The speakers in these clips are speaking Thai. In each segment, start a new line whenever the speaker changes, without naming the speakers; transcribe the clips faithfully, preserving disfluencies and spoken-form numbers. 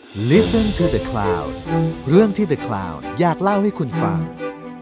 Listen to the Cloud เรื่องที่ The Cloud อยากเล่าให้คุณฟัง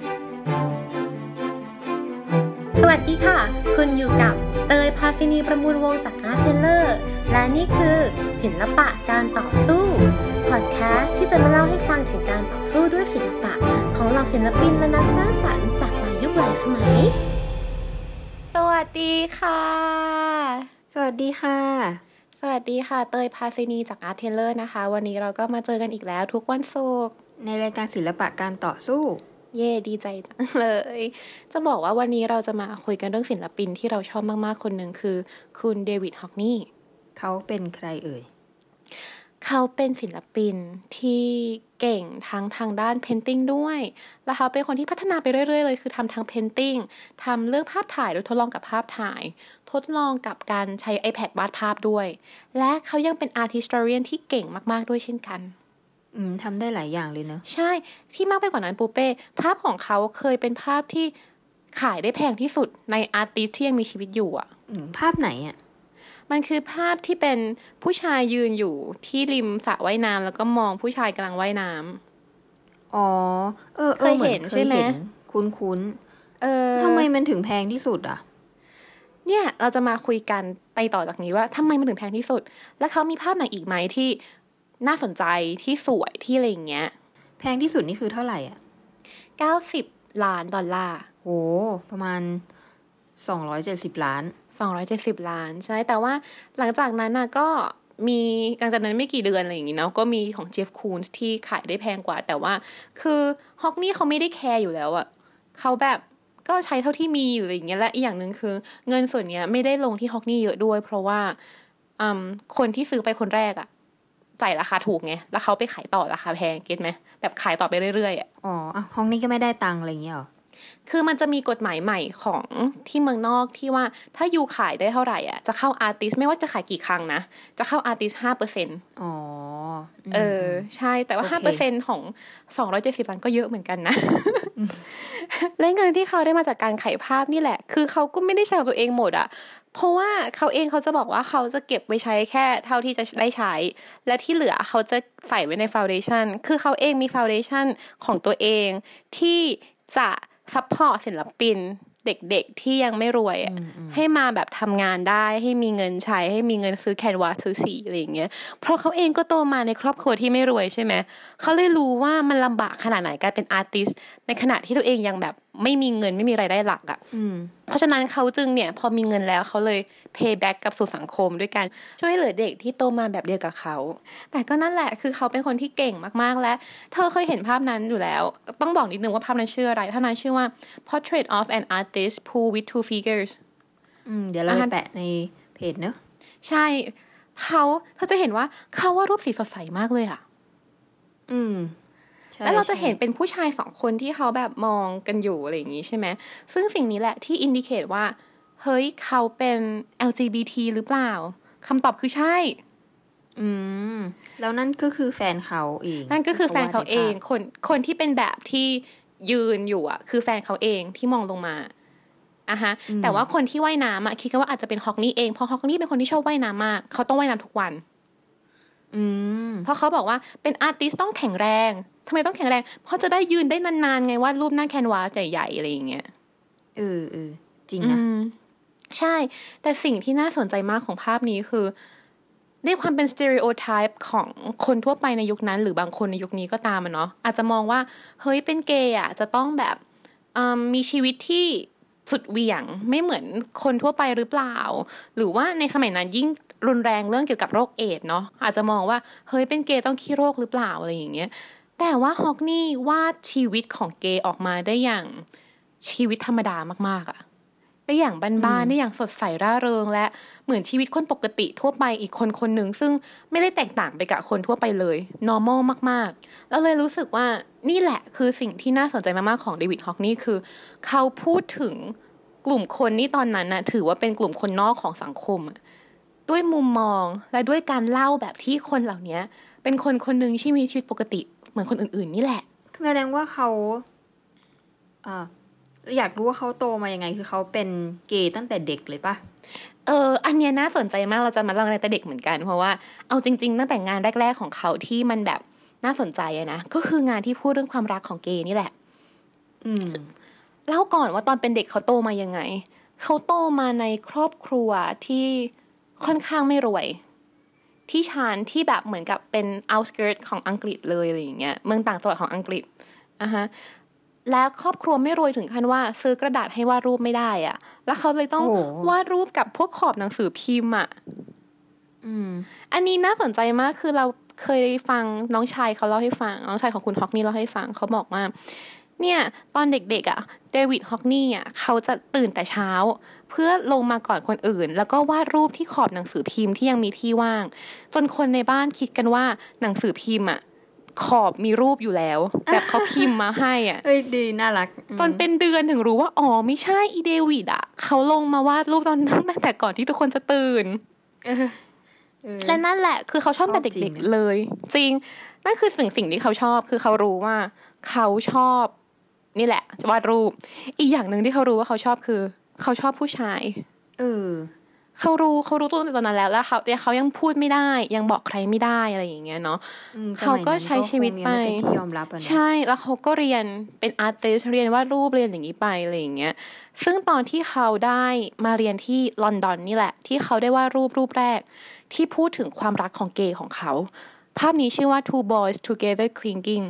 สวัสดีค่ะคุณอยู่กับเตยภาสินีประมูลวงจาก Art Teller และนี่คือศิลปะการต่อสู้พอดแคสต์ที่จะมาเล่าให้ฟังถึงการต่อสู้ด้วยศิลปะของเหล่าศิลปินและนักสร้างสรรค์จากหลายยุคหลายสมัยสวัสดีค่ะ
สวัสดีค่ะ
สวัสดีค่ะเตยภาสินีจาก Art Teller นะคะวันนี้เราก็มาเจอกันอีกแล้วทุกวันศุกร์
ในรายการศิลปะการต่อสู้
เย่ดีใจจังเลยจะบอกว่าวันนี้เราจะมาคุยกันเรื่องศิลปินที่เราชอบมากๆคนหนึ่งคือคุณเดวิดฮอกนีย์
เขาเป็นใครเอ่ย
เขาเป็นศิลปินที่เก่งทั้งทางด้านเพนติ้งด้วยแล้วเขาเป็นคนที่พัฒนาไปเรื่อยๆเลยคือทำทั้งเพนติ้งทำเรื่องภาพถ่ายโดยทดลองกับภาพถ่ายทดลองกับการใช้ iPad วาดภาพด้วยและเขายังเป็น Art Historian ที่เก่งมากๆด้วยเช่นกัน
อืมทำได้หลายอย่างเลยเนอะ
ใช่ที่มากไปกว่านั้นปูเป้ภาพของเขาเคยเป็นภาพที่ขายได้แพงที่สุดในอาร์ติสที่ยังมีชีวิตอยู่อ่ะ
ภาพไหนอ่ะ
มันคือภาพที่เป็นผู้ชายยืนอยู่ที่ริมสระว่ายน้ำแล้วก็มองผู้ชายกำลังว่ายน้
ำอ๋อเออ
เคยเห็นใช่ไหม
คุ้น
ๆเออ
ทำไมมันถึงแพงที่สุดอ่ะ
เนี่ยเราจะมาคุยกันไปต่อจากนี้ว่าทำไมมันถึงแพงที่สุดแล้วเขามีภาพไหนอีกไหมที่น่าสนใจที่สวยที่อะไรอย่างเงี้ย
แพงที่สุดนี่คือเท่าไหร่อ่ะ
เก้าสิบล้านดอลลาร์
โหประมาณสองร้อยเจ็ดสิบล้าน
สองร้อยเจ็ดสิบล้านใช่แต่ว่าหลังจากนั้นน่ะก็มีหลังจากนั้นไม่กี่เดือนอะไรอย่างงี้เนาะก็มีของเจฟคูนส์ที่ขายได้แพงกว่าแต่ว่าคือฮอกนี่เขาไม่ได้แคร์อยู่แล้วอ่ะเขาแบบก็ใช้เท่าที่มีอยู่อะไรอย่างเงี้ยและอีกอย่างนึงคือเงินส่วนเนี้ยไม่ได้ลงที่ฮอกนี่เยอะด้วยเพราะว่าอืมคนที่ซื้อไปคนแรกอ่ะจ่ายราคาถูกไงแล้วเขาไปขายต่อราคาแพงเก็ทไหมแบบขายต่อไปเรื่อยๆอ่ะ
อ๋อห้องนี้ก็ไม่ได้ตังค์อะไรอย่างเงี้ยหรอ
คือมันจะมีกฎหมายใหม่ของที่เมืองนอกที่ว่าถ้ายูขายได้เท่าไหร่อ่ะจะเข้าอาร์ติสไม่ว่าจะขายกี่ครั้งนะจะเข้าอาร์ติส ห้าเปอร์เซ็นต์
อ๋อ
เออใช่แต่ว่า ห้าเปอร์เซ็นต์ ของสองร้อยเจ็ดสิบล้านก็เยอะเหมือนกันนะและเงินที่เขาได้มาจากการขายภาพนี่แหละคือเขาก็ไม่ได้ใช้ของตัวเองหมดอ่ะเพราะว่าเขาเองเขาจะบอกว่าเขาจะเก็บไว้ใช้แค่เท่าที่จะได้ใช้และที่เหลือเขาจะใส่ไว้ในฟาวเดชั่นคือเขาเองมีฟาวเดชั่นของตัวเองที่จะซัพพอร์ตศิลปินเด็กๆที่ยังไม่รวยให้มาแบบทำงานได้ให้มีเงินใช้ให้มีเงินซื้อแคนวาสซื้อสีอะไรอย่างเงี้ยเพราะเขาเองก็โตมาในครอบครัวที่ไม่รวยใช่ไหมเขาเลยรู้ว่ามันลำบากขนาดไหนการเป็นอาร์ติสในขณะที่ตัวเองยังแบบไม่มีเงินไม่มีรายได้หลักอ่ะเพราะฉะนั้นเขาจึงเนี่ยพอมีเงินแล้วเขาเลย pay back กับสู่สังคมด้วยการช่วยเหลือเด็กที่โตมาแบบเดียวกับเขาแต่ก็นั่นแหละคือเขาเป็นคนที่เก่งมากๆและเธอเคยเห็นภาพนั้นอยู่แล้วต้องบอกนิดนึงว่าภาพนั้นชื่ออะไรภาพนั้นชื่อว่า Portrait of an Artist Pool with Two Figures
อืมเดี๋ยวเราไปแปะในเพจเนอะ
ใช่เขาเธอจะเห็นว่าเขาวาดรูปสีสดใสมากเลยอ่ะ
อืม
แล้วเราจะเห็นเป็นผู้ชายสองคนที่เขาแบบมองกันอยู่อะไรอย่างนี้ใช่ไหมซึ่งสิ่งนี้แหละที่อินดิเคตว่าเฮ้ยเขาเป็น แอล จี บี ที หรือเปล่าคำตอบคือใช่
อืมแล้วนั่นก็คือแฟนเขาเอง
นั่นก็คือแฟนเขาเองคนคนที่เป็นแบบที่ยืนอยู่อ่ะคือแฟนเขาเองที่มองลงมาอ่ะฮะแต่ว่าคนที่ว่ายน้ำอ่ะคิดกันว่าอาจจะเป็นฮอกนี่เองเพราะฮอกนี่เป็นคนที่ชอบว่ายน้ำมากเขาต้องว่ายน้ำทุกวัน
อืม
เพราะเขาบอกว่าเป็นอาร์ติสต้องแข็งแรงทำไมต้องแข็งแรงเพราะจะได้ยืนได้นานๆไงวาดรูปหน้าแคนวาสใหญ่ๆอะไรอย่างเงี้ย
เออเออจริงนะ
ใช่แต่สิ่งที่น่าสนใจมากของภาพนี้คือด้วยความเป็นสเตอริโอไทป์ของคนทั่วไปในยุคนั้นหรือบางคนในยุคนี้ก็ตามอ่ะเนาะอาจจะมองว่าเฮ้ยเป็นเกย์อ่ะจะต้องแบบมีชีวิตที่สุดเหวี่ยงไม่เหมือนคนทั่วไปหรือเปล่าหรือว่าในสมัยนั้นยิ่งรุนแรงเรื่องเกี่ยวกับโรคเอดส์เนาะอาจจะมองว่าเฮ้ยเป็นเกย์ต้องขี้โรคหรือเปล่าอะไรอย่างเงี้ยแต่ว่าฮอกนี่วาดชีวิตของเกย์ออกมาได้อย่างชีวิตธรรมดามากๆอ่ะได้อย่างบ้านๆได้อย่างสดใสร่าเริงและเหมือนชีวิตคนปกติทั่วไปอีกคนคนหนึ่งซึ่งไม่ได้แตกต่างไปกับคนทั่วไปเลย normal มากๆแล้วเลยรู้สึกว่านี่แหละคือสิ่งที่น่าสนใจมากๆของเดวิดฮอกนี่คือเขาพูดถึงกลุ่มคนนี่ตอนนั้นน่ะถือว่าเป็นกลุ่มคนนอกของสังคมด้วยมุมมองและด้วยการเล่าแบบที่คนเหล่านี้เป็นคนคนนึงที่มีชีวิตปกติเหมือนคนอื่นๆนี่แหละ
แสดงว่าเขาอ่าอยากรู้ว่าเขาโตมายังไงคือเขาเป็นเกย์ตั้งแต่เด็กเลยปะ
เอออันเนี้ยน่าสนใจมากเราจะมาเล่าในแต่เด็กเหมือนกันเพราะว่าเอาจริงๆตั้งแต่งานแรกๆของเขาที่มันแบบน่าสนใจอะนะก็คืองานที่พูดเรื่องความรักของเกย์นี่แหละ
อืม
เล่าก่อนว่าตอนเป็นเด็กเขาโตมายังไงเขาโตมาในครอบครัวที่ค่อนข้างไม่รวยที่ชานที่แบบเหมือนกับเป็น outskirt ของอังกฤษเลยอะไรอย่างเงี้ยเมืองต่างจังหวัดของอังกฤษอ่ะฮะแล้วครอบครัวไม่รวยถึงขั้นว่าซื้อกระดาษให้วาดรูปไม่ได้อ่ะแล้วเขาเลยต้องวาดรูปกับพวกขอบหนังสือพิมพ์อ่ะ
อืม
อันนี้น่าสนใจมากคือเราเคยฟังน้องชายเขาเล่าให้ฟังน้องชายของคุณฮอกนี่เล่าให้ฟังเขาบอกว่าเนี่ยตอนเด็กๆอ่ะเดวิดฮอกนี่อ่ะเขาจะตื่นแต่เช้าเพื่อลงมาก่อนคนอื่นแล้วก็วาดรูปที่ขอบหนังสือพิมพ์ที่ยังมีที่ว่างจนคนในบ้านคิดกันว่าหนังสือพิมพ์อ่ะขอบมีรูปอยู่แล้วแบบเขาพิมพ์มาให้อ่ะ
เอ้ยดีน่ารัก
จนเป็นเดือนถึงรู้ว่าอ๋อไม่ใช่อีเดวิดอ่ะเขาลงมาวาดรูปตอนตั้งแต่ก่อนที่ทุกคนจะตื่นและนั่นแหละคือเขาชอบแต่เด็กๆเลยจริงนั่นคือสิ่งสิ่งที่เขาชอบคือเขารู้ว่าเขาชอบนี่แหละวาดรูปอีกอย่างนึงที่เขารู้ว่าเขาชอบคือเขาชอบผู้ชาย
เออ
เขารู้เขารู้ตัวตอนนั้นแล้วแล้วเขาแต่เขายังพูดไม่ได้ยังบอกใครไม่ได้อะไรอย่างเงี้ยเนาะเขาก็ใช้ชีวิตไปใช่แล้วเขาก็เรียนเป็นอาร์ติสต์เรียนวาดรูปเรียนอย่างนี้ไปอะไรอย่างเงี้ยซึ่งตอนที่เขาได้มาเรียนที่ลอนดอนนี่แหละที่เขาได้วาดรูปรูปแรกที่พูดถึงความรักของเกย์ของเขาภาพนี้ชื่อว่า Two Boys Together Clinging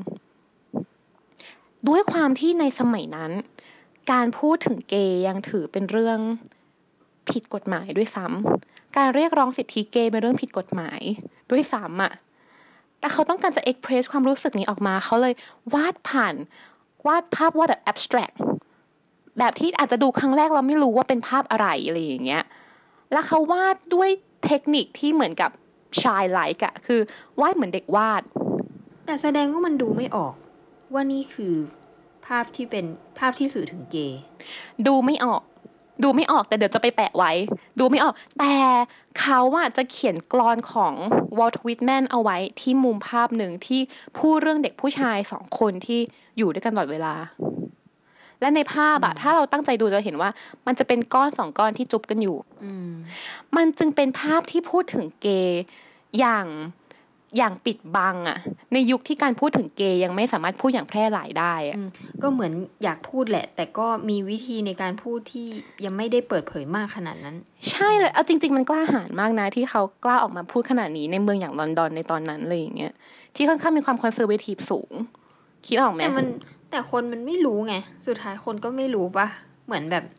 ด้วยความที่ในสมัยนั้นการพูดถึงเกย์ยังถือเป็นเรื่องผิดกฎหมายด้วยซ้ำการเรียกร้องสิทธิเกย์เป็นเรื่องผิดกฎหมายด้วยซ้ำอ่ะแต่เขาต้องการจะ express ความรู้สึกนี้ออกมาเขาเลยวาดผ่านวาดภาพวาดแบบ abstract แบบที่อาจจะดูครั้งแรกเราไม่รู้ว่าเป็นภาพอะไรอะไรอย่างเงี้ยแล้วเขาวาดด้วยเทคนิคที่เหมือนกับชายไลค์อะคือวาดเหมือนเด็กวาด
แต่แสดงว่ามันดูไม่ออกว่านี่คือภาพที่เป็นภาพที่สื่อถึงเกย์
ดูไม่ออกดูไม่ออกแต่เดี๋ยวจะไปแปะไว้ดูไม่ออกแต่เขาอะจะเขียนกลอนของวอลต์ วิทแมนเอาไว้ที่มุมภาพหนึ่งที่พูดเรื่องเด็กผู้ชายสองคนที่อยู่ด้วยกันตลอดเวลาและในภาพอะถ้าเราตั้งใจดูจะเห็นว่ามันจะเป็นก้อนสองก้อนที่จุบกันอยู่มันจึงเป็นภาพที่พูดถึงเกย์อย่างอย่างปิดบังอะในยุคที่การพูดถึงเกย์ยังไม่สามารถพูดอย่างแพร่หลายได้อะ
ก็เหมือนอยากพูดแหละแต่ก็มีวิธีในการพูดที่ยังไม่ได้เปิดเผยมากขนาดนั้น
ใช่เลยเอาจริงๆมันกล้าหาญมากนะที่เขากล้าออกมาพูดขนาดนี้ในเมืองอย่างลอนดอนในตอนนั้นเลยอย่างเงี้ยที่ค่อนข้างมีความคอนเซอร์เวทีฟสูงคิดออกไหม
แต่มันแต่คนมันไม่รู้ไงสุดท้ายคนก็ไม่รู้ปะเหมือนแบบ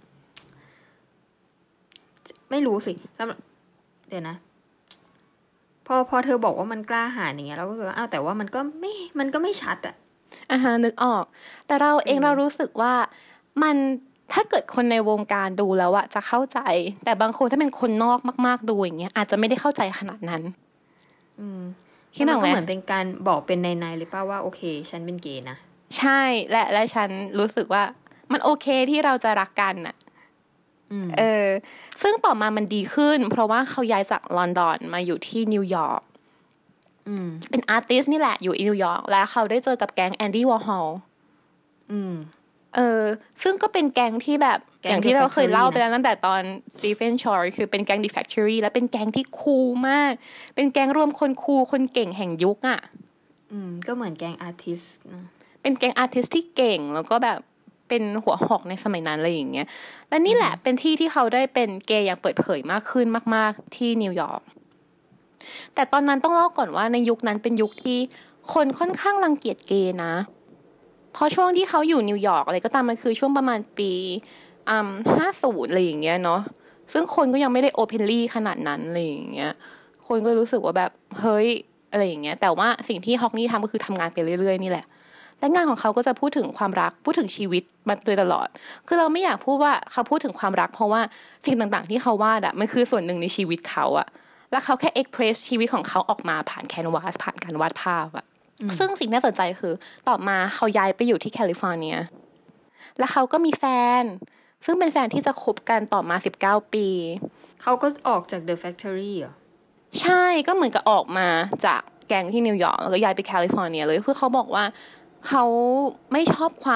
ไม่รู้สิแล้วเดี๋ยวนะพอพอเธอบอกว่ามันกล้าหาญอย่างเงี้ยเราก็รู้สึกว่าอ้าวแต่ว่ามันก็ไม่มันก็ไม่ชัดอ่ะ
อ่าฮะนึกออกแต่เราเองเรารู้สึกว่ามันถ้าเกิดคนในวงการดูแล้วอะจะเข้าใจแต่บางคนถ้าเป็นคนนอกมากๆดูอย่างเงี้ยอาจจะไม่ได้เข้าใจขนาดนั้น
อืมคิดว่าเหมือนเป็นการบอกเป็นในๆเลยป่ะว่าโอเคฉันเป็นเกย์นะ
ใช่และและฉันรู้สึกว่ามันโอเคที่เราจะรักกันอะเออซึ่งต่อมามันดีขึ้นเพราะว่าเขาย้ายจากลอนดอนมาอยู่ที่นิวยอร์กเป็นอาร์ติสต์นี่แหละอยู่นิวยอร์กแล้วเขาได้เจอกับแก๊งแอนดี้วอร์ฮอลเออซึ่งก็เป็นแก๊งที่แบบอย่างที่เราเคยเล่าไปแล้วตั้งแต่ตอน Stephen Chow คือเป็นแก๊ง The Factory และเป็นแก๊งที่คูลมากเป็นแก๊งรวมคนคูลคนเก่งแห่งยุคอ่ะ
อืมก็เหมือนแก๊งอาร์ติสต์นะ
เป็นแก๊งอาร์ติสต์ที่เก่งแล้วก็แบบเป็นหัวหอกในสมัยนั้นอะไรอย่างเงี้ยและนี่แหละเป็นที่ที่เขาได้เป็นเกย์อย่างเปิดเผยมากขึ้นมากๆที่นิวยอร์กแต่ตอนนั้นต้องเล่าก่อนว่าในยุคนั้นเป็นยุคที่คนค่อนข้างรังเกียจเกย์นะเพราะช่วงที่เขาอยู่นิวยอร์กอะไรก็ตามมันคือช่วงประมาณปีอืมห้าสิบอะไรอย่างเงี้ยเนาะซึ่งคนก็ยังไม่ได้โอเพนลี่ขนาดนั้นอะไรอย่างเงี้ยคนก็รู้สึกว่าแบบเฮ้ยอะไรอย่างเงี้ยแต่ว่าสิ่งที่ฮอกนี่ทำก็คือทำงานไปเรื่อยๆนี่แหละและงานของเขาก็จะพูดถึงความรักพูดถึงชีวิตมาโดยตลอดคือเราไม่อยากพูดว่าเขาพูดถึงความรักเพราะว่าสิ่งต่างๆที่เขาวาดอะมันคือส่วนหนึ่งในชีวิตเขาอะแล้วเขาแค่เอ็กเพรสชีวิตของเขาออกมาผ่านแคนวาสผ่านการวาดภาพอะซึ่งสิ่งน่าสนใจคือต่อมาเขาย้ายไปอยู่ที่แคลิฟอร์เนียแล้วเขาก็มีแฟนซึ่งเป็นแฟนที่จะคบกันต่อมาสิบเก้าปี
เขาก็ออกจาก The Factory เหรอ
ใช่ก็เหมือนกับออกมาจากแก๊งที่นิวยอร์กแล้วก็ย้ายไปแคลิฟอร์เนียเลยเพื่อเขาบอกว่าเขาไม่ชอบความ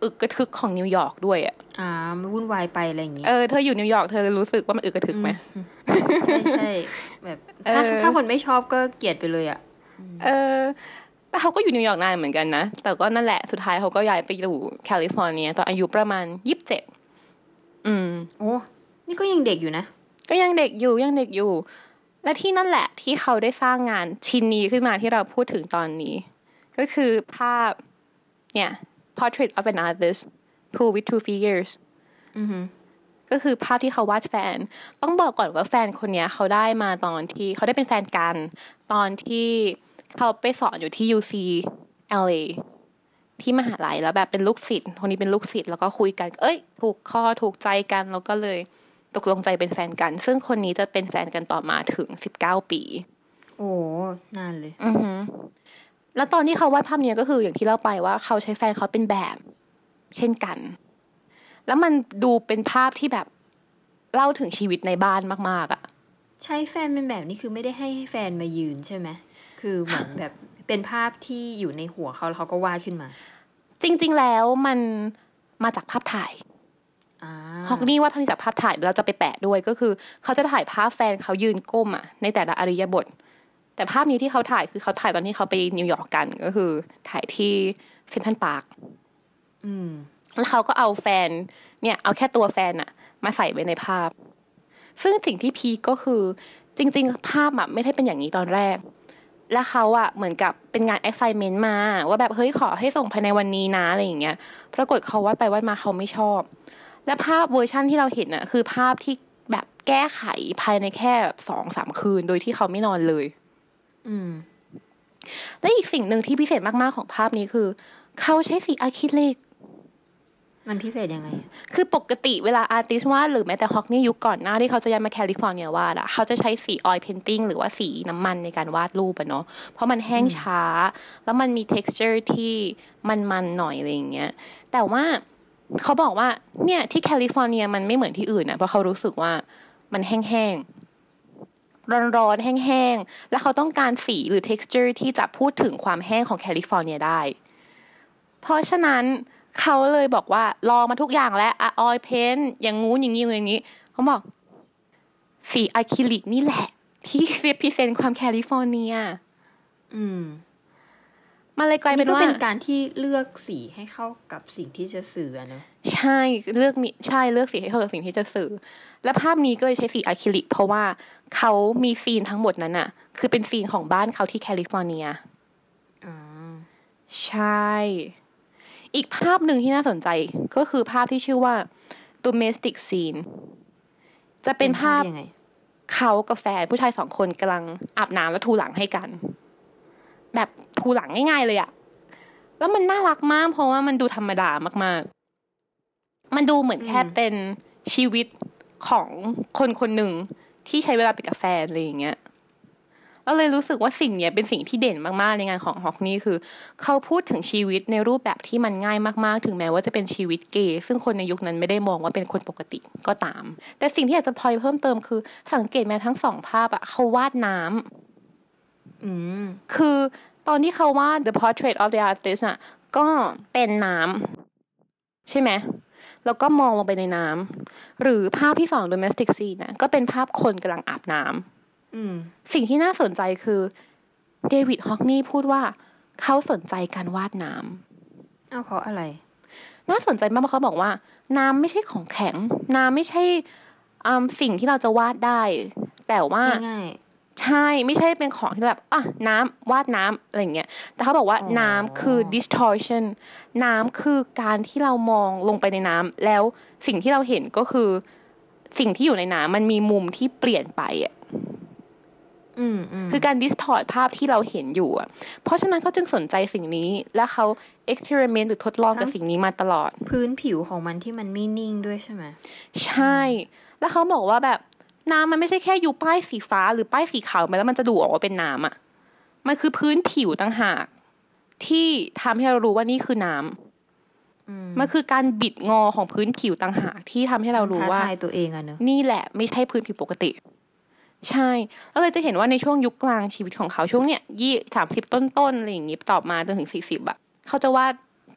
อึกกระทึกของนิวยอร์กด้วยอ่ะ
อ่ามันวุ่นวายไปอะไรอย่างงี้
เออเธออยู่นิวยอร์กเธอรู้สึกว่ามันอึกกระทึกไหม
ใช่ใช่แบบถ้าถ้าคนไม่ชอบก็เกลียดไปเลยอ่ะ
เออแต่เขาก็อยู่นิวยอร์กนานเหมือนกันนะแต่ก็นั่นแหละสุดท้ายเขาก็ย้ายไปอยู่แคลิฟอร์เนียตอนอายุประมาณยี่สิบเจ็ดอืม
โอ้นี่ก็ยังเด็กอยู่นะ
ก็ยังเด็กอยู่ยังเด็กอยู่และที่นั่นแหละที่เขาได้สร้างงานชิ้นนี้ขึ้นมาที่เราพูดถึงตอนนี้ก็คือภาพเนี่ย Portrait of an Artist Pool with Two Figures
อือฮึ
ก็คือภาพที่เขาวาดแฟนต้องบอกก่อนว่าแฟนคนนี้เขาได้มาตอนที่เขาได้เป็นแฟนกันตอนที่เขาไปสอนอยู่ที่ ยู ซี แอล เอ ที่มหาลัยแล้วแบบเป็นลูกศิษย์คนนี้เป็นลูกศิษย์แล้วก็คุยกันเอ้ยถูกคอถูกใจกันแล้วก็เลยตกลงใจเป็นแฟนกันซึ่งคนนี้จะเป็นแฟนกันต่อมาถึงสิบเก้าปี
โอ้นานเลย
อือฮึแล้วตอนที่เขาวาดภาพนี้ก็คืออย่างที่เล่าไปว่าเขาใช้แฟนเขาเป็นแบบเช่นกันแล้วมันดูเป็นภาพที่แบบเล่าถึงชีวิตในบ้านมากๆอ่ะ
ใช้แฟนเป็นแบบนี้คือไม่ได้ให้แฟนมายืนใช่ไหมคือเหมือนแบบเป็นภาพที่อยู่ในหัวเขาแล้วเขาก็วาดขึ้นมา
จริงๆแล้วมันมาจากภาพถ่ายฮอกนี่วาดภาพจากภาพถ่ายเราจะไปแปะด้วยก็คือเขาจะถ่ายภาพแฟนเขายืนก้มอ่ะในแต่ละอริยบทแต่ภาพนี้ที่เขาถ่ายคือเขาถ่ายตอนที่เขาไปนิวยอร์กกันก็คือถ่ายที่เซ็นทรัลพาร์คแล้วเขาก็เอาแฟนเนี่ยเอาแค่ตัวแฟนอะมาใส่ไว้ในภาพซึ่งสิ่งที่พีคก็คือจริงๆภาพอะไม่ได้เป็นอย่างนี้ตอนแรกแล้วเขาอะเหมือนกับเป็นงาน assignment มาว่าแบบเฮ้ยขอให้ส่งภายในวันนี้นะอะไรอย่างเงี้ยปรากฏเขาวาดไปวาดมาเขาไม่ชอบและภาพเวอร์ชั่นที่เราเห็นอะคือภาพที่แบบแก้ไขภายในแค่แบบสองสามคืนโดยที่เขาไม่นอนเลย
อืม
และอีกสิ่งหนึ่งที่พิเศษมากๆของภาพนี้คือเขาใช้สีอะคริลิก
มันพิเศษยังไง
คือปกติเวลาอาร์ติสต์วาดหรือแม้แต่ฮอกนี่ยุคก่อนหน้าที่เขาจะย้ายมาแคลิฟอร์เนียวาดอะเขาจะใช้สีออยล์เพนติ้งหรือว่าสีน้ำมันในการวาดรูปอะเนาะเพราะมันแห้งช้าแล้วมันมี texture ที่มันๆหน่อยอะไรอย่างเงี้ยแต่ว่าเขาบอกว่าเนี่ยที่แคลิฟอร์เนียมันไม่เหมือนที่อื่นนะเพราะเขารู้สึกว่ามันแห้งๆร้อนๆแห้งๆแล้วเขาต้องการสีหรือ texture ที่จะพูดถึงความแห้งของแคลิฟอร์เนียได้เพราะฉะนั้นเขาเลยบอกว่าลองมาทุกอย่างแล้วอะออยล์เพนท์อย่างงู้นอย่างนี้อย่างนี้เขาบอกสีอะคริลิกนี่แหละที่เรพรีเซนต์ความแคลิฟอร์เนีย
อืม
มันเลยกลายเป็นว่า
เป็นการที่เลือกสีให้เข้ากับสิ่งที่จะสื่อเนอะ
ใช่เลือกมีใช่เลือกสีให้เข้ากับสิ่งที่จะสื่อและภาพนี้ก็เลยใช้สีอะคริลิกเพราะว่าเขามีซีนทั้งหมดนั้นน่ะคือเป็นซีนของบ้านเขาที่แคลิฟอร์เนีย
อ๋อ
ใช่อีกภาพหนึ่งที่น่าสนใจก็คือภาพที่ชื่อว่า domestic scene จะเป็นภาพเขากับแฟนผู้ชายสองคนกำลังอาบน้ำแล้วทูหลังให้กันแบบทูหลังง่ายๆเลยอะแล้วมันน่ารักมากเพราะว่ามันดูธรรมดามากๆมันดูเหมือนแค่เป็นชีวิตของคนคนหนึ่งที่ใช้เวลาไปกับแฟนอะไรอย่างเงี้ยเราเลยรู้สึกว่าสิ่งนี้เป็นสิ่งที่เด่นมากๆในงานของฮอกนี่คือเขาพูดถึงชีวิตในรูปแบบที่มันง่ายมากๆถึงแม้ว่าจะเป็นชีวิตเกย์ซึ่งคนในยุคนั้นไม่ได้มองว่าเป็นคนปกติก็ตามแต่สิ่งที่อยากจะพอยเพิ่มเติมคือสังเกตแม้ทั้งสองภาพอะเขาวาดน้
ำอืม
คือตอนที่เขาวาด The Portrait of the Artist อะก็เป็นน้ำใช่ไหมแล้วก็มองลงไปในน้ำหรือภาพที่สอง Domestic Scene นะก็เป็นภาพคนกำลังอาบน้ำสิ่งที่น่าสนใจคือเดวิดฮอกนี่พูดว่าเขาสนใจการวาดน้
ำอ้าวเพราะอะไร
น่าสนใจมากเพราะเขาบอกว่าน้ำไม่ใช่ของแข็งน้ำไม่ใช่สิ่งที่เราจะวาดได้แต่ว่าใช่ไม่ใช่เป็นของที่แบบอ่ะน้ำวาดน้ำอะไรอย่างเงี้ยแต่เขาบอกว่าน้ำคือ distortion น้ำคือการที่เรามองลงไปในน้ำแล้วสิ่งที่เราเห็นก็คือสิ่งที่อยู่ในน้ำมันมีมุมที่เปลี่ยนไปอ่ะคือการ distort ภาพที่เราเห็นอยู่อ่ะเพราะฉะนั้นเขาจึงสนใจสิ่งนี้และเขา experiment หรือทดลองกับสิ่งนี้มาตลอด
พื้นผิวของมันที่มันไม่นิ่งด้วยใช่ไหม
ใช่แล้วเขาบอกว่าแบบน้ำมันไม่ใช่แค่อยู่ป้ายสีฟ้าหรือป้ายสีขาวไปแล้วมันจะดูออกว่าเป็นน้ำอ่ะมันคือพื้นผิวต่างหากที่ทำให้เรารู้ว่านี่คือน้ำมันคือการบิดงอของพื้นผิวต่างหากที่ทำให้เรารู้ว่า
ตัวเองอะเนอะ
นี่แหละไม่ใช่พื้นผิวปกติใช่แล้วเลยจะเห็นว่าในช่วงยุคกลางชีวิตของเขาช่วงเนี้ยยี่สามสิบต้นๆอะไรอย่างงี้ต่อมาจนถึงสี่สิบอะเขาจะวาด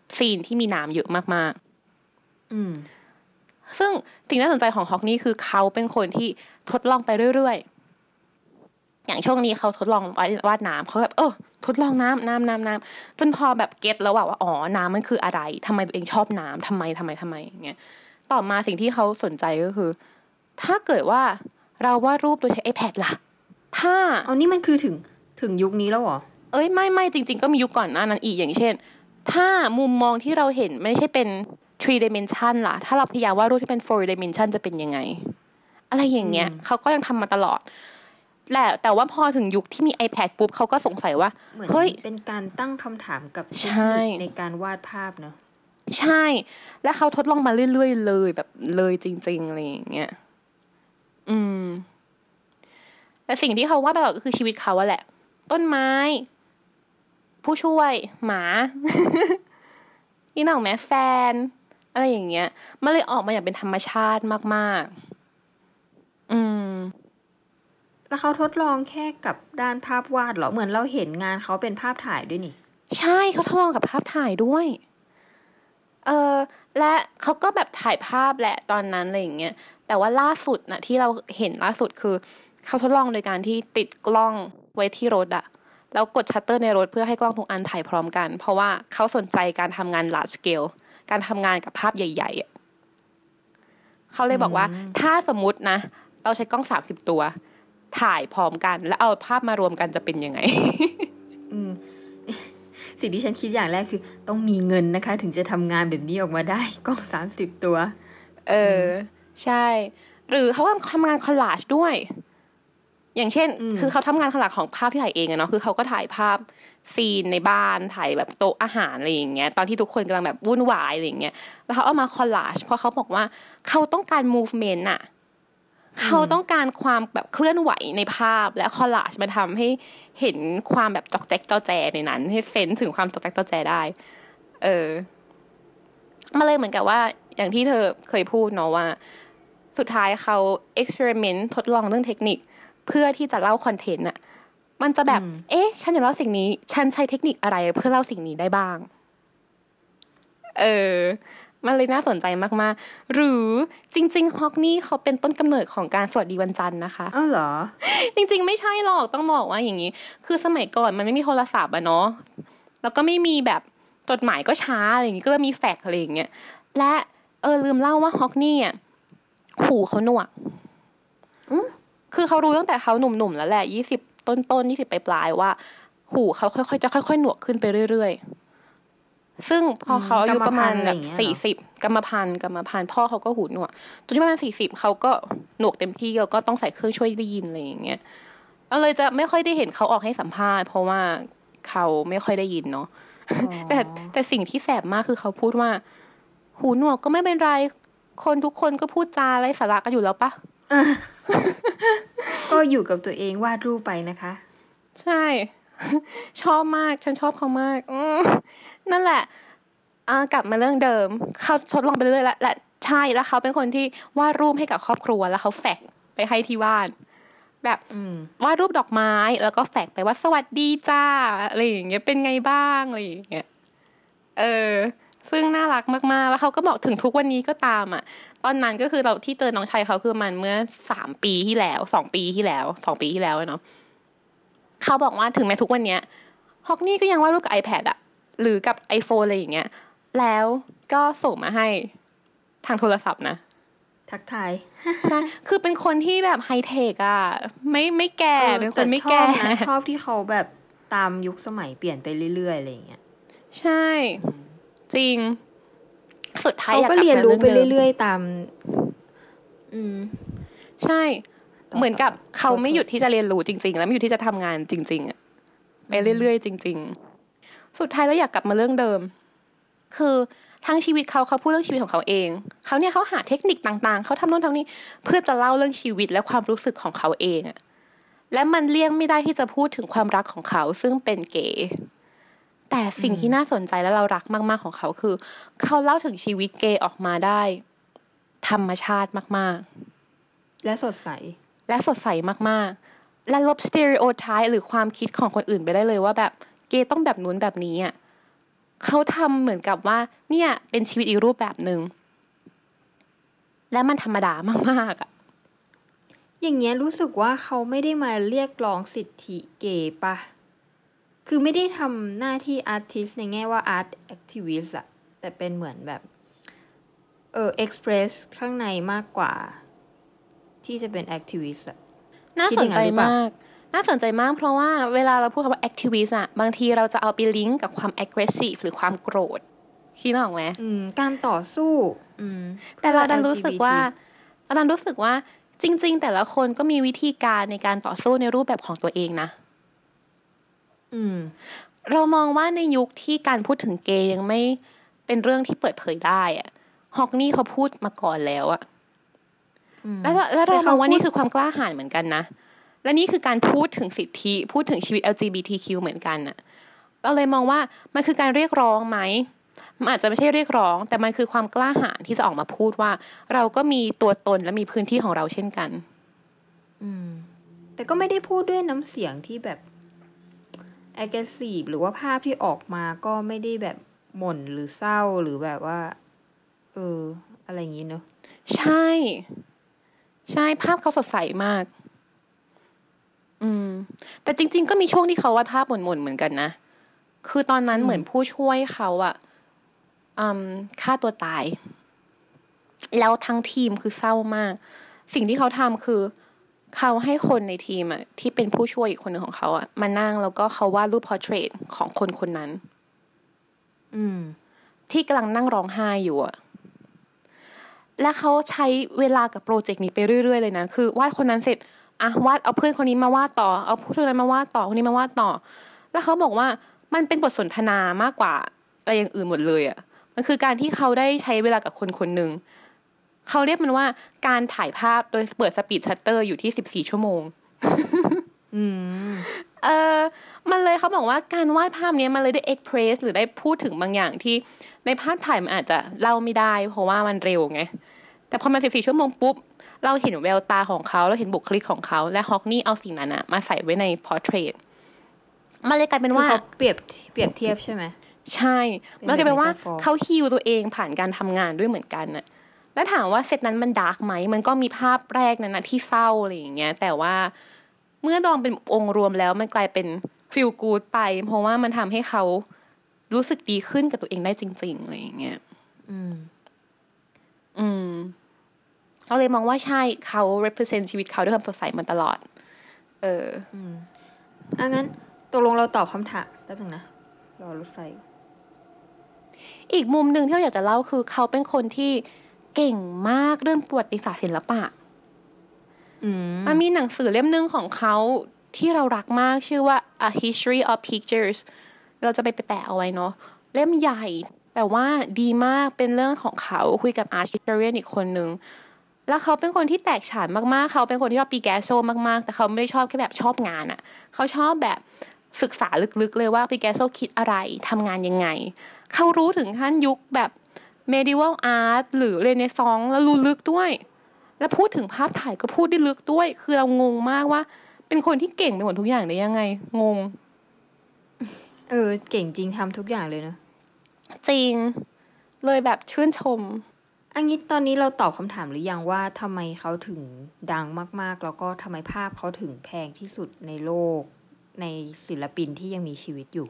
ซีนที่มีน้ำเยอะมาก
ๆอืม
ซึ่งสิ่งน่าสนใจของฮอกนี่คือเขาเป็นคนที่ทดลองไปเรื่อยๆอย่างช่วงนี้เขาทดลองวาดน้ำเขาแบบเออทดลองน้ำน้ำน้ำน้ำจนพอแบบเก็ตแล้วว่าอ๋อน้ำมันคืออะไรทำไมตัวเองชอบน้ำทำไมทำไมทำไมอย่างเงี้ยต่อมาสิ่งที่เขาสนใจก็คือถ้าเกิดว่าเราวาดรูปโดยใช้ iPad ล่ะถ้า
อ๋อนี่มันคือถึงถึงยุคนี้แล้วเหรอ
เอ้ยไม่ไม่จริงๆก็มียุคก่อนหน้านั้นอีกอย่างเช่นถ้ามุมมองที่เราเห็นไม่ใช่เป็น three dimension ล่ะถ้าเราพยายามวาดรูปที่เป็น four dimension จะเป็นยังไงอะไรอย่างเงี้ยเขาก็ยังทำมาตลอดแหละแต่ว่าพอถึงยุคที่มี iPad ปุ๊บเขาก็สงสัยว่า
เฮ้ยเป็นการตั้งคำถามกับเทคนิคในการวาดภาพเนอะ
ใช่และเขาทดลองมาเรื่อยๆเลยแบบเลยจริงๆอะไรอย่างเงี้ยอืมแต่สิ่งที่เขาวาดตลอดก็คือชีวิตเขาอะแหละต้นไม้ผู้ช่วยหมานี่น้องแม่แฟนอะไรอย่างเงี้ยมันเลยออกมาอย่างเป็นธรรมชาติมากๆอืม
แล้วเขาทดลองแค่กับด้านภาพวาดเหรอเหมือนเราเห็นงานเขาเป็นภาพถ่ายด้วยนี่
ใช่เขาทดลองกับภาพถ่ายด้วยเออและเขาก็แบบถ่ายภาพแหละตอนนั้นอะไรอย่างเงี้ยแต่ว่าล่าสุดนะที่เราเห็นล่าสุดคือเขาทดลองโดยการที่ติดกล้องไว้ที่รถอะแล้วกดชัตเตอร์ในรถเพื่อให้กล้องทุกอันถ่ายพร้อมกันเพราะว่าเขาสนใจการทำงาน large scale การทำงานกับภาพใหญ่ๆเขาเลยบอกว่าถ้าสมมุตินะเราใช้กล้องสามสิบตัวถ่ายพร้อมกันแล้วเอาภาพมารวมกันจะเป็นยังไง
อืมสิ่งที่ฉันคิดอย่างแรกคือต้องมีเงินนะคะถึงจะทำงานแบบนี้ออกมาได้กล้องสามสิบตัว
เออใช่หรือเขาทำงานคอลลาจด้วยอย่างเช่นคือเขาทำงานขนาดของภาพที่ถ่ายเองอะเนาะคือเขาก็ถ่ายภาพซีนในบ้านถ่ายแบบโต๊ะอาหารอะไรอย่างเงี้ยตอนที่ทุกคนกำลังแบบวุ่นวายอะไรอย่างเงี้ยแล้วเขาเอามาคอลลาจเพราะเขาบอกว่าเขาต้องการ movement อะเขาต้องการความแบบเคลื่อนไหวในภาพและคอลลาจมาทำให้เห็นความแบบจอกแจ๊กจอแจในนั้นให้เซนส์ถึงความจอกแจ๊กจอแจได้เออมาเลยเหมือนกับว่าอย่างที่เธอเคยพูดเนาะว่าสุดท้ายเขา experiment ทดลองเรื่องเทคนิคเพื่อที่จะเล่าคอนเทนต์อะมันจะแบบเอ๊ะฉันอยากเล่าสิ่งนี้ฉันใช้เทคนิคอะไรเพื่อเล่าสิ่งนี้ได้บ้างเออมันเลยน่าสนใจมากๆหรือจริงๆฮอกนี่เขาเป็นต้นกำเนิดของการสวัสดีวันจันทร์นะคะ
อ้าวเหรอ
จริงๆไม่ใช่หรอกต้องบอกว่าอย่างนี้คือสมัยก่อนมันไม่มีโทรศัพท์อะเนาะแล้วก็ไม่มีแบบจดหมายก็ช้าอะไรอย่างงี้ก็เลยมีแฟกซ์อะไรอย่างเงี้ยและเออลืมเล่าว่าฮอกนี่อ่ะหูเขาหนวกคือเขารู้ตั้งแต่เขาหนุ่มๆแล้วแหละยี่สิบต้นๆยี่สิบปลายๆว่าหูเขาค่อยๆจะค่อยๆหนวกขึ้นไปเรื่อยๆซึ่งพอเขาอายุประมาณแบบสี่สิบกรรมพันธุ์กรรมพันธุ์พ่อเขาก็หูหนวกจนที่ประมาณสี่สิบเขาก็หนวกเต็มที่แล้วก็ต้องใส่เครื่องช่วยได้ยินอะไรอย่างเงี้ยเราเลยจะไม่ค่อยได้เห็นเขาออกให้สัมภาษณ์เพราะว่าเขาไม่ค่อยได้ยินเนาะแต่แต่สิ่งที่แสบมากคือเขาพูดว่าหูหนวกก็ไม่เป็นไรคนทุกคนก็พูดจาไร้สาระกันอยู่แล้วปะ
ก็อยู่กับตัวเองวาดรูปไปนะคะ
ใช่ชอบมากฉันชอบเขามากนั่นแหละกลับมาเรื่องเดิมเขาทดลองไปเรื่อยๆและใช่แล้วเขาเป็นคนที่วาดรูปให้กับครอบครัวแล้วเขาแฟกไปให้ที่บ้านแบบวาดรูปดอกไม้แล้วก็แฟกไปว่าสวัสดีจ้าอะไรอย่างเงี้ยเป็นไงบ้างอะไรอย่างเงี้ยเออซึ่งน่ารักมากๆแล้วเขาก็บอกถึงทุกวันนี้ก็ตามอ่ะตอนนั้นก็คือเราที่เจอน้องชายเขาคือมันเมื่อสามปีที่แล้วสองปีที่แล้วสองปีที่แล้วเนาะเขาบอกว่าถึงแม้ทุกวันเนี้ยฮอกนี่ก็ยังวาดรูปกับ iPad อ่ะหรือกับ iPhone อะไรอย่างเงี้ยแล้วก็ส่งมาให้ทางโทรศัพท์นะ
ทักทาย
ใช่คือเป็นคนที่แบบไฮเทคอ่ะไม่ไม่แก่เป็นคนไม่แก่
นะชอบที่เขาแบบตามยุคสมัยเปลี่ยนไปเรื่อยๆอะไรอย่างเงี้ย
ใช่จริงสุดท้าย
เขาก็เรียนรู้ไปเรื่อยๆตามอืม
ใช่เหมือนกับเขาไม่หยุดที่จะเรียนรู้จริงๆแล้วไม่หยุดที่จะทำงานจริงๆอ่ะไปเรื่อยๆจริงๆสุดท้ายแล้วอยากกลับมาเรื่องเดิมคือทั้งชีวิตเขาเขาพูดเรื่องชีวิตของเขาเองเขาเนี่ยเขาหาเทคนิคต่างๆเขาทำโน่นทำนี่เพื่อจะเล่าเรื่องชีวิตและความรู้สึกของเขาเองอ่ะและมันเลี่ยงไม่ได้ที่จะพูดถึงความรักของเขาซึ่งเป็นเกย์แต่สิ่งที่น่าสนใจและเรารักมากๆของเขาคือเขาเล่าถึงชีวิตเกย์ออกมาได้ธรรมชาติมาก
ๆและสดใส
และสดใสมากๆและลบสเตอริโอไทป์หรือความคิดของคนอื่นไปได้เลยว่าแบบเกย์ต้องแบบนู้นแบบนี้อ่ะเขาทำเหมือนกับว่าเนี่ยเป็นชีวิตอีกรูปแบบนึงและมันธรรมดามากๆอ่ะ
อย่างเงี้ยรู้สึกว่าเขาไม่ได้มาเรียกร้องสิทธิเกย์ปะคือไม่ได้ทำหน้าที่อาร์ติสในแง่ว่าอาร์ตแอคทิวิสต์อะแต่เป็นเหมือนแบบเออเอ็กซ์เพรสข้างในมากกว่าที่จะเป็นแอคทิวิสต์อะ
น่าสนใจมากน่าสนใจมากเพราะว่าเวลาเราพูดคำว่า activist อะบางทีเราจะเอาไปลิงก์กับความ aggressive หรือความโกรธคิดออกไหม
อืมการต่อสู้อืม
แต่เราดันรู้สึกว่าเราดันรู้สึกว่าจริงๆแต่ละคนก็มีวิธีการในการต่อสู้ในรูปแบบของตัวเองนะ
อืม
เรามองว่าในยุคที่การพูดถึงเกย์ยังไม่เป็นเรื่องที่เปิดเผยได้อะฮอกนี่เขาพูดมาก่อนแล้วอะแล้วแล้วเรามองว่านี่คือความกล้าหาญเหมือนกันนะและนี่คือการพูดถึงสิทธิพูดถึงชีวิต แอล จี บี ที คิว เหมือนกันน่ะเราเลยมองว่ามันคือการเรียกร้องไหมมันอาจจะไม่ใช่เรียกร้องแต่มันคือความกล้าหาญที่จะออกมาพูดว่าเราก็มีตัวตนและมีพื้นที่ของเราเช่นกัน
อืมแต่ก็ไม่ได้พูดด้วยน้ำเสียงที่แบบ aggressive หรือว่าภาพที่ออกมาก็ไม่ได้แบบหม่นหรือเศร้าหรือแบบว่าเอออะไรอย่างงี้เนอะ
ใช่ใช่ภาพเขาสดใสมากอืมแต่จริงๆก็มีช่วงที่เขาวาดภาพหม่นๆเหมือนกันนะคือตอนนั้นเหมือนผู้ช่วยเขาอะอืมฆ่าตัวตายแล้วทั้งทีมคือเศร้ามากสิ่งที่เขาทำคือเขาให้คนในทีมอะที่เป็นผู้ช่วยอีกคนหนึ่งของเขาอะมานั่งแล้วก็เขาวาดรูปพอร์เทรตของคนคนนั้น
อืม
ที่กำลังนั่งร้องไห้อยู่อะและเขาใช้เวลากับโปรเจกต์นี้ไปเรื่อยๆเลยนะคือวาดคนนั้นเสร็จอ่ะวาดเอาเพื่อนคนนี้มาวาดต่อเอาผู้ช่วยนั้นมาวาดต่อคนนี้มาวาดต่อแล้วเขาบอกว่ามันเป็นบทสนทนามากกว่าอะไรอย่างอื่นหมดเลยอะมันคือการที่เขาได้ใช้เวลากับคนคนหนึ่งเขาเรียกมันว่าการถ่ายภาพโดยเปิดสปีดชัตเตอร์อยู่ที่สิบสี่ชั่วโมง
อืม
เออมันเลยเขาบอกว่าการวาดภาพนี้มันเลยได้เอ็กเพรสหรือได้พูดถึงบางอย่างที่ในภาพถ่ายมันอาจจะเล่าไม่ได้เพราะว่ามันเร็วไงแต่พอมาสิบสี่ชั่วโมงปุ๊บเราเห็นแววตาของเขาเราเห็นบุคลิกของเขาและฮอกนี่เอาสิ่งนั้นอะมาใส่ไว้ในพอร์เทรตมันเลยกลายเป็นว่า
เขาเปรียบเปรียบเทียบใช่ไหม
ใช่มันกลายเป็นว่าเขาฮีลตัวเองผ่านการทำงานด้วยเหมือนกันน่ะแล้วถามว่าเซตนั้นมันดาร์กไหมมันก็มีภาพแรกนั้นนะที่เศร้าอะไรอย่างเงี้ยแต่ว่าเมื่อลองเป็นองค์รวมแล้วมันกลายเป็นฟีลกู๊ดไปเพราะว่ามันทำให้เขารู้สึกดีขึ้นกับตัวเองได้จริงๆอะไรอย่างเงี้ย
อืม
อืมเราเลยมองว่าใช่เขา represent ชีวิตเขาด้วยความสดใสมาตลอดเออ
อืมอ่ะงั้นตกลงเราตอบคำถามแป๊บนึงนะรอรถไฟ
อีกมุมนึงที่เราอยากจะเล่าคือเขาเป็นคนที่เก่งมากเรื่องประวัติศาสตร์ศิลปะมันมีหนังสือเล่มนึงของเขาที่เรารักมากชื่อว่า A History of Pictures เราจะไปแปะเอาไว้เนาะเล่มใหญ่แต่ว่าดีมากเป็นเรื่องของเขาคุยกับ Art Historian อีกคนนึงแล้วเขาเป็นคนที่แตกฉานมากๆเขาเป็นคนที่ชอบปิกัสโซมากๆแต่เขาไม่ได้ชอบแค่แบบชอบงานอะเขาชอบแบบศึกษาลึกๆเลยว่าปิกัสโซคิดอะไรทำงานยังไงเขารู้ถึงขั้นยุคแบบ medieval art หรือ Renaissance แล้วรู้ลึกด้วยแล้วพูดถึงภาพถ่ายก็พูดได้ลึกด้วยคือเรางงมากว่าเป็นคนที่เก่งไปหมดทุกอย่างได้ยังไงงง
เออเก่งจริงทำทุกอย่างเลยเนอะ
จริงเลยแบบชื่นชม
อันนี้ตอนนี้เราตอบคำถามหรือยังว่าทำไมเขาถึงดังมากๆแล้วก็ทำไมภาพเขาถึงแพงที่สุดในโลกในศิลปินที่ยังมีชีวิตอยู่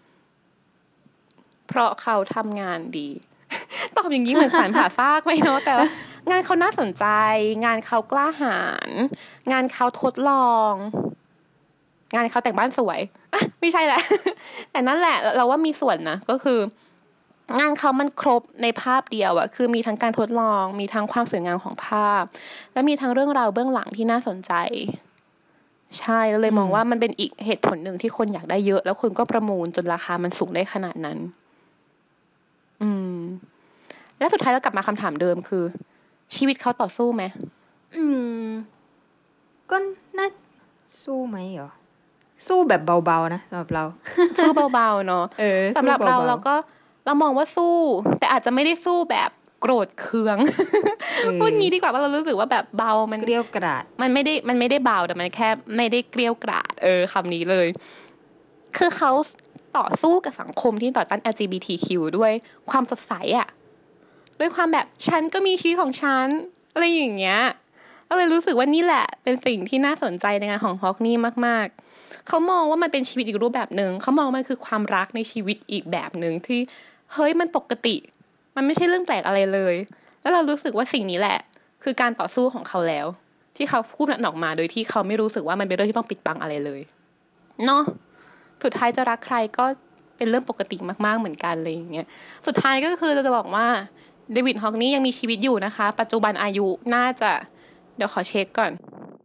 เพราะเขาทำงานดีตอบอย่างนี้เหมือนสารผ่าซากไหมเนาะแต่ว่างานเขาน่าสนใจงานเขากล้าหาญงานเขาทดลองงานเขาแต่งบ้านสวยอ่ะไม่ใช่แหละแต่นั่นแหละเราว่ามีส่วนนะก็คืองานเขามันครบในภาพเดียวอะคือมีทั้งการทดลองมีทั้งความสวยงามของภาพและมีทั้งเรื่องราวเบื้องหลังที่น่าสนใจใช่แล้วเลยมองว่ามันเป็นอีกเหตุผลหนึ่งที่คนอยากได้เยอะแล้วคนก็ประมูลจนราคามันสูงได้ขนาดนั้นอืมแล้วสุดท้ายเรากลับมาคำถามเดิมคือชีวิตเขาต่อสู้ไหม
อืมก็น่าสู้ไหมเหรอสู้แบบเบาๆนะสำหรับเรา
สู้เบาๆเนาะสำหรับเราเราก็เรามองว่าสู้แต่อาจจะไม่ได้สู้แบบโกรธเคืองพูดงี้ดีกว่าว่าเรารู้สึกว่าแบบเบามัน
เกลี้ยวกราด
มันไม่ได้มันไม่ได้เบาแต่มันแค่ไม่ได้เกลี้ยวกราดเออคำนี้เลยคือเขาต่อสู้กับสังคมที่ต่อต้าน แอล จี บี ที คิว ด้วยความสดใสอะด้วยความแบบฉันก็มีชีวิตของฉันอะไรอย่างเงี้ยก็เลยรู้สึกว่านี่แหละเป็นสิ่งที่น่าสนใจในงานของฮอกนี่มากๆเขามองว่ามันเป็นชีวิตอีกรูปแบบนึงเขามองมันคือความรักในชีวิตอีกแบบนึงที่เฮ้ยมันปกติมันไม่ใช่เรื่องแปลกอะไรเลยแล้วเรารู้สึกว่าสิ่งนี้แหละคือการต่อสู้ของเขาแล้วที่เขาพูดมันออกมาโดยที่เขาไม่รู้สึกว่ามันเป็นเรื่องที่ต้องปิดบังอะไรเลยเนาะสุดท้ายจะรักใครก็เป็นเรื่องปกติมากๆเหมือนกันเลยอย่างเงี้ยสุดท้ายก็คือเราจะบอกว่าเดวิดฮอกนี่ยังมีชีวิตอยู่นะคะปัจจุบันอายุน่าจะเดี๋ยวขอเช็คก่อน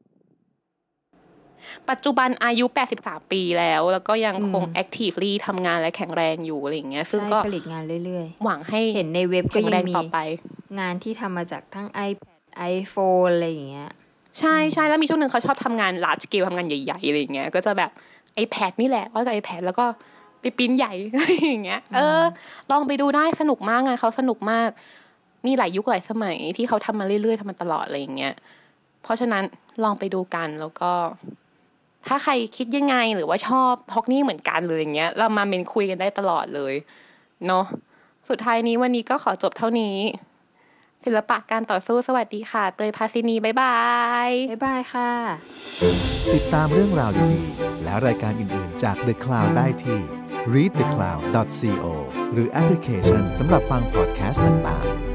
ปัจจุบันอายุแปดสิบสามปีแล้วแล้วก็ยังคง actively ทำงานและแข็งแรงอยู่อะไรอย่างเงี้ยซึ่งก็
ผลิตงานเรื่อย
ๆหวังให้
เห็นในเว็บก็ยังมี
ต่อไป
งานที่ทำมาจากทั้ง iPad iPhone อะไรอย่างเงี้ย
ใช่ๆแล้วมีช่วงนึงเขาชอบทำงาน large scale ทำงานใหญ่ๆอะไรอย่างเงี้ยก็จะแบบ iPad นี่แหละแล้วก็ iPad แล้วก็ไปปริ้นใหญ่อย่างเงี้ยเออลองไปดูได้สนุกมากงานเขาสนุกมากมีหลายยุคหลายสมัยที่เขาทำมาเรื่อยๆทำมาตลอดอะไรอย่างเงี้ยเพราะฉะนั้นลองไปดูกันแล้วก็ถ้าใครคิดยังไงหรือว่าชอบฮอกนี่เหมือนกันหรืออย่างเงี้ยเรามาเมนคุยกันได้ตลอดเลยเนาะสุดท้ายนี้วันนี้ก็ขอจบเท่านี้ศิลปะการต่อสู้สวัสดีค่ะเตยภาสินีบ๊ายบาย
บ๊ายบายค่ะ
ติดตามเรื่องราวดีๆและรายการอื่นๆจาก The Cloud ได้ที่ รีด เดอะ คลาวด์ ดอท ซี โอ หรือแอปพลิเคชันสำหรับฟังพอดแคสต์ต่างๆ